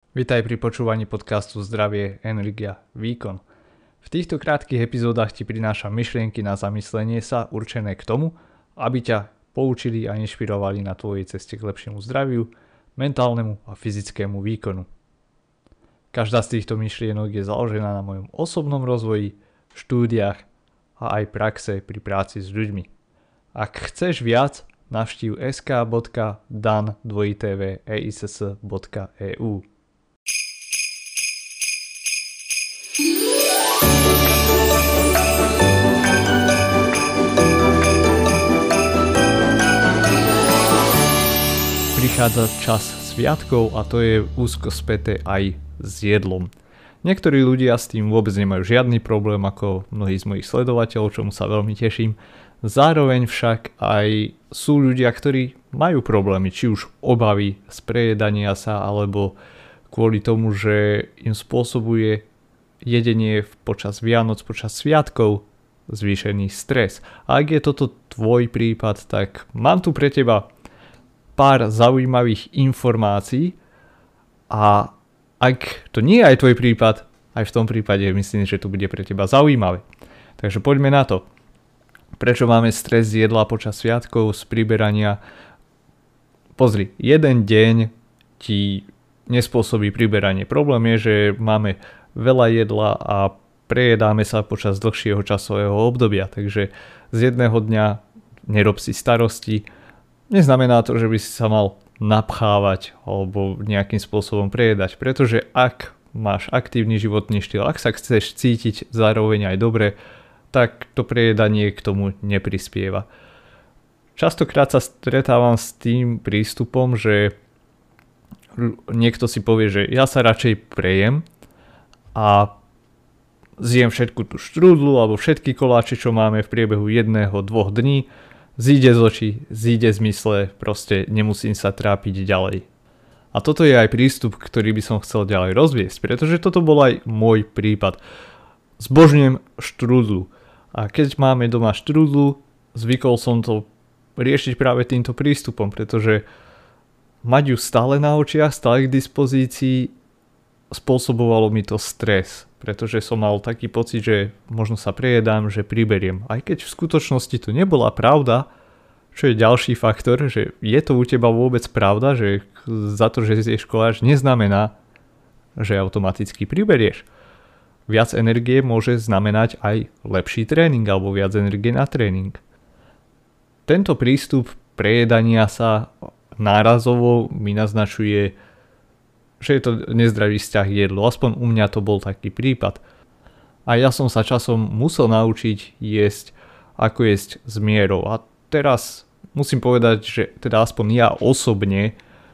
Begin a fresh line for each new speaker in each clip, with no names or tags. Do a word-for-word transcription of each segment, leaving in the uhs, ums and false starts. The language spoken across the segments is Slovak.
Vitaj pri počúvaní podcastu Zdravie, energia, výkon. V týchto krátkych epizódach ti prinášam myšlienky na zamyslenie sa určené k tomu, aby ťa poučili a inšpirovali na tvojej ceste k lepšiemu zdraviu, mentálnemu a fyzickému výkonu. Každá z týchto myšlienok je založená na mojom osobnom rozvoji, štúdiách a aj praxe pri práci s ľuďmi. Ak chceš viac, navštív es ká bodka dan dvojité eiss bodka e u. Prichádza čas sviatkov a to je úzko späté aj s jedlom. Niektorí ľudia s tým vôbec nemajú žiadny problém, ako mnohí z mojich sledovateľov, čomu sa veľmi teším. Zároveň však aj sú ľudia, ktorí majú problémy, či už obavy z prejedania sa, alebo kvôli tomu, že im spôsobuje jedenie počas Vianoc, počas sviatkov zvýšený stres. A ak je toto tvoj prípad, tak mám tu pre teba pár zaujímavých informácií a ak to nie je aj tvoj prípad, aj v tom prípade myslím, že to bude pre teba zaujímavé. Takže poďme na to. Prečo máme stres z jedla počas sviatkov, z priberania? Pozri, jeden deň ti nespôsobí priberanie. Problém je, že máme veľa jedla a prejedáme sa počas dlhšieho časového obdobia. Takže z jedného dňa nerob si starosti. Neznamená to, že by si sa mal napchávať alebo nejakým spôsobom prejedať, pretože ak máš aktívny životný štýl, ak sa chceš cítiť zároveň aj dobre, tak to prejedanie k tomu neprispieva. Častokrát sa stretávam s tým prístupom, že niekto si povie, že ja sa radšej prejem a zjem všetku tú štrúdlu alebo všetky koláče, čo máme v priebehu jedného, dvoch dní, zíde z očí, zíde z mysle, proste nemusím sa trápiť ďalej. A toto je aj prístup, ktorý by som chcel ďalej rozviesť, pretože toto bol aj môj prípad. Zbožňujem štrúdlu. A keď máme doma štrúdlu, zvykol som to riešiť práve týmto prístupom, pretože mať ju stále na očiach, stále k dispozícii, spôsobovalo mi to stres. Pretože som mal taký pocit, že možno sa prejedám, že priberiem. Aj keď v skutočnosti to nebola pravda, čo je ďalší faktor, že je to u teba vôbec pravda, že za to, že zješ koláč, neznamená, že automaticky priberieš. Viac energie môže znamenať aj lepší tréning alebo viac energie na tréning. Tento prístup prejedania sa nárazovo mi naznačuje, že je to nezdravý vzťah jedlo. Aspoň u mňa to bol taký prípad. A ja som sa časom musel naučiť jesť, ako jesť s mierou. A teraz musím povedať, že teda aspoň ja osobne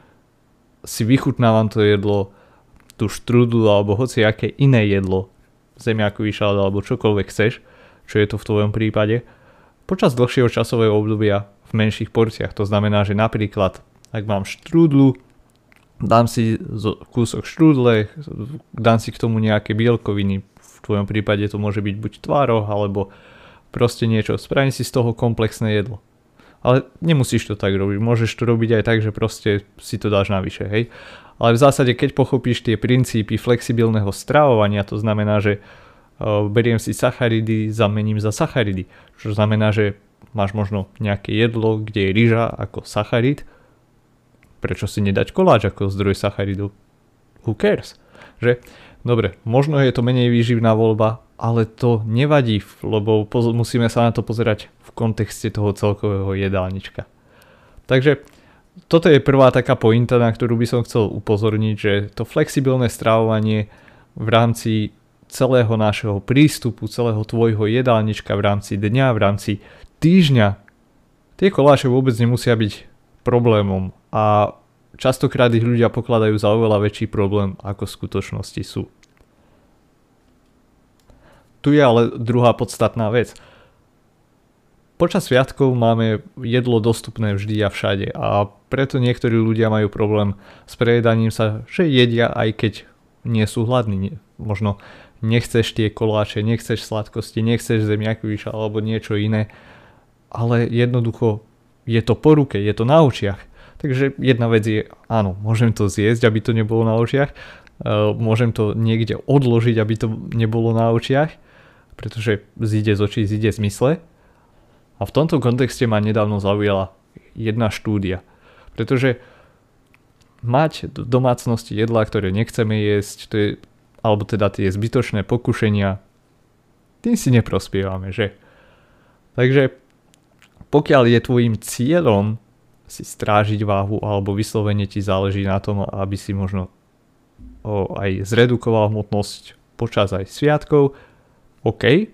si vychutnávam to jedlo, tú štrúdlu alebo hoci aké iné jedlo, zemiakový šalát alebo čokoľvek chceš, čo je to v tvojom prípade, počas dlhšieho časového obdobia v menších porciách. To znamená, že napríklad ak mám štrúdlu, dám si kúsok štrúdle, dám si k tomu nejaké bielkoviny, v tvojom prípade to môže byť buď tvároh, alebo proste niečo, spravím si z toho komplexné jedlo. Ale nemusíš to tak robiť, môžeš to robiť aj tak, že proste si to dáš navyše, hej. Ale v zásade, keď pochopíš tie princípy flexibilného stravovania, to znamená, že uh, beriem si sacharidy, zamením za sacharidy, čo znamená, že máš možno nejaké jedlo, kde je ryža ako sacharid. Prečo si nedať koláč ako zdroj sacharidu? Who cares? Že? Dobre, možno je to menej výživná voľba, ale to nevadí, lebo poz- musíme sa na to pozerať v kontexte toho celkového jedálnička. Takže toto je prvá taká pointa, na ktorú by som chcel upozorniť, že to flexibilné stravovanie v rámci celého nášho prístupu, celého tvojho jedálnička, v rámci dňa, v rámci týždňa, tie koláče vôbec nemusia byť problémom a častokrát ich ľudia pokladajú za oveľa väčší problém, ako v skutočnosti sú. Tu je ale druhá podstatná vec. Počas sviatkov máme jedlo dostupné vždy a všade a preto niektorí ľudia majú problém s prejedaním sa, že jedia aj keď nie sú hladní. Možno nechceš tie koláče, nechceš sladkosti, nechceš zemiakový šalát alebo niečo iné, ale jednoducho je to po ruke, je to na očiach. Takže jedna vec je, áno, môžem to zjesť, aby to nebolo na očiach. môžem to niekde odložiť, aby to nebolo na očiach, pretože zíde z očí, zíde z mysle. A v tomto kontexte ma nedávno zaujala jedna štúdia, pretože mať v domácnosti jedlá, ktoré nechceme jesť, to je, alebo teda tie zbytočné pokušenia, tým si neprospievame, že? Takže pokiaľ je tvojim cieľom si strážiť váhu alebo vyslovene ti záleží na tom, aby si možno o, aj zredukoval hmotnosť počas aj sviatkov, OK,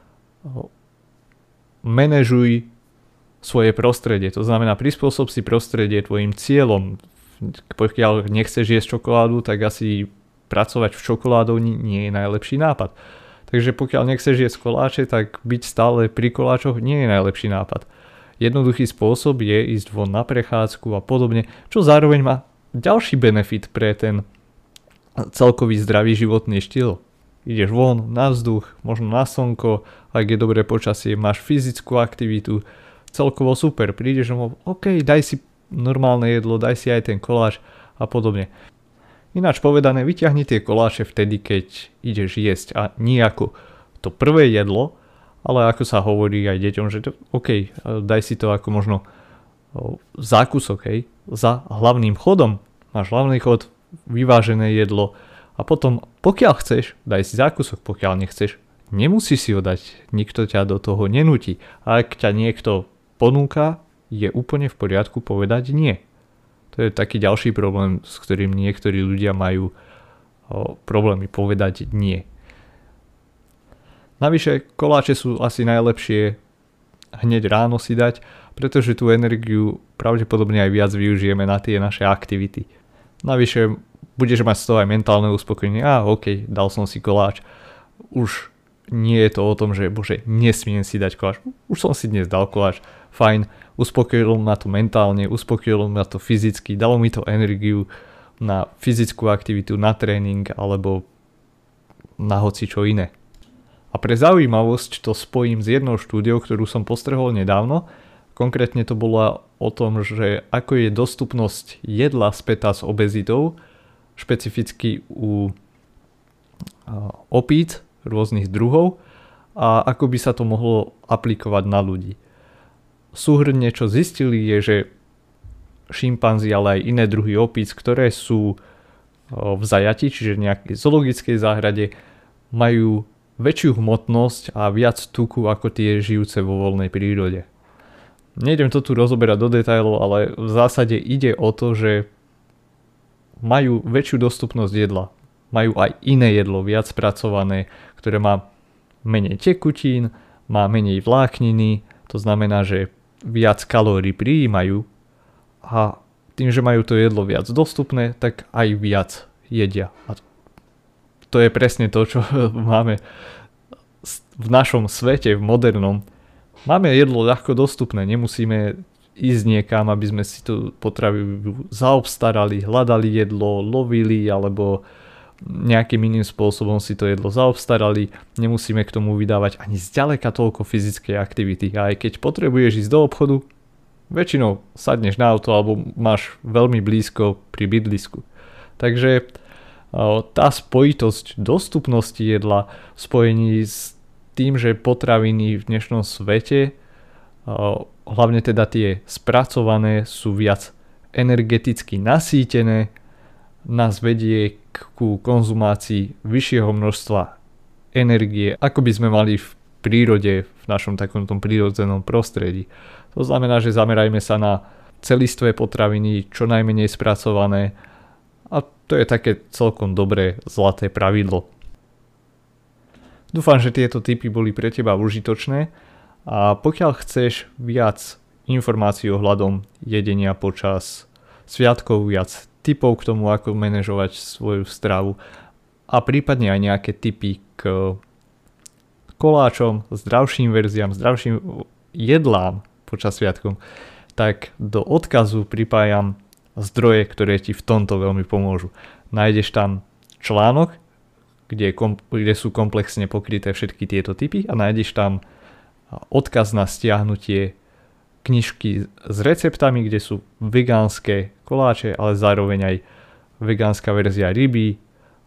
manažuj svoje prostredie, to znamená prispôsob si prostredie tvojim cieľom. Pokiaľ nechceš jesť čokoládu, tak asi pracovať v čokoládou nie je najlepší nápad. Takže pokiaľ nechceš jesť koláče, tak byť stále pri koláčoch nie je najlepší nápad. Jednoduchý spôsob je ísť von na prechádzku a podobne, čo zároveň má ďalší benefit pre ten celkový zdravý životný štýl. Ideš von na vzduch, možno na slnko, ak je dobré počasie, máš fyzickú aktivitu, celkovo super, prídeš domov, OK, daj si normálne jedlo, daj si aj ten koláč a podobne. Ináč povedané, vyťahni tie koláče vtedy, keď ideš jesť a nie ako to prvé jedlo, ale ako sa hovorí aj deťom, že to, OK, daj si to ako možno zákusok, hej, za hlavným chodom. Máš hlavný chod, vyvážené jedlo a potom, pokiaľ chceš, daj si zákusok, pokiaľ nechceš, nemusíš si ho dať, nikto ťa do toho nenúti. A ak ťa niekto ponúka, je úplne v poriadku povedať nie. To je taký ďalší problém, s ktorým niektorí ľudia majú o, problémy povedať nie. Navyše, koláče sú asi najlepšie hneď ráno si dať, pretože tú energiu pravdepodobne aj viac využijeme na tie naše aktivity. Navyše, budeš mať z toho aj mentálne uspokojenie. Á, OK, dal som si koláč. Už nie je to o tom, že bože, nesmiem si dať koláč. Už som si dnes dal koláč. Fajn, uspokojilo ma to mentálne, uspokojilo ma to fyzicky, dalo mi to energiu na fyzickú aktivitu, na tréning alebo na hoci čo iné. A pre zaujímavosť to spojím s jednou štúdiou, ktorú som postrehol nedávno. Konkrétne to bolo o tom, že ako je dostupnosť jedla spätá s obezitou, špecificky u opíc rôznych druhov a ako by sa to mohlo aplikovať na ľudí. Súhrne, čo zistili, je, že šimpanzi, ale aj iné druhy opíc, ktoré sú v zajati, čiže v nejakej zoologickej záhrade, majú väčšiu hmotnosť a viac tuku ako tie žijúce vo voľnej prírode. Nejdem to tu rozoberať do detailov, ale v zásade ide o to, že majú väčšiu dostupnosť jedla. Majú aj iné jedlo, viac spracované, ktoré má menej tekutín, má menej vlákniny, to znamená, že viac kalórií prijímajú a tým, že majú to jedlo viac dostupné, tak aj viac jedia. A to je presne to, čo máme v našom svete, v modernom. Máme jedlo ľahko dostupné, nemusíme ísť niekam, aby sme si tú potravu zaobstarali, hľadali jedlo, lovili alebo nejakým iným spôsobom si to jedlo zaobstarali. Nemusíme k tomu vydávať ani zďaleka toľko fyzickej aktivity. A aj keď potrebuješ ísť do obchodu, väčšinou sadneš na auto alebo máš veľmi blízko pri bydlisku. Takže tá spojitosť dostupnosti jedla v spojení s tým, že potraviny v dnešnom svete, hlavne teda tie spracované, sú viac energeticky nasýtené, nás vedie ku konzumácii vyššieho množstva energie, ako by sme mali v prírode, v našom takomto prírodzenom prostredí. To znamená, že zamerajme sa na celistvé potraviny, čo najmenej spracované, a to je také celkom dobré zlaté pravidlo. Dúfam, že tieto tipy boli pre teba užitočné a pokiaľ chceš viac informácií ohľadom jedenia počas sviatkov, viac tipov k tomu, ako manažovať svoju stravu a prípadne aj nejaké tipy k koláčom, zdravším verziám, zdravším jedlám počas sviatkov, tak do odkazu pripájam zdroje, ktoré ti v tomto veľmi pomôžu. Nájdeš tam článok, kde, kom, kde sú komplexne pokryté všetky tieto typy a nájdeš tam odkaz na stiahnutie knižky s receptami, kde sú vegánske koláče, ale zároveň aj vegánska verzia ryby,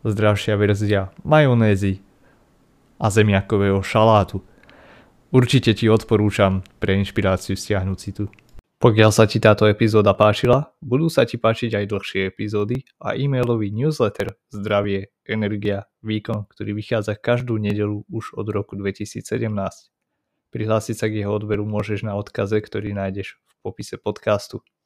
zdravšia verzia majonézy a zemiakového šalátu. Určite ti odporúčam pre inšpiráciu stiahnuť si tu. Pokiaľ sa ti táto epizóda páčila, budú sa ti páčiť aj dlhšie epizódy a e-mailový newsletter Zdravie, energia, výkon, ktorý vychádza každú nedeľu už od roku dvetisícsedemnásť. Prihlásiť sa k jeho odberu môžeš na odkaze, ktorý nájdeš v popise podcastu.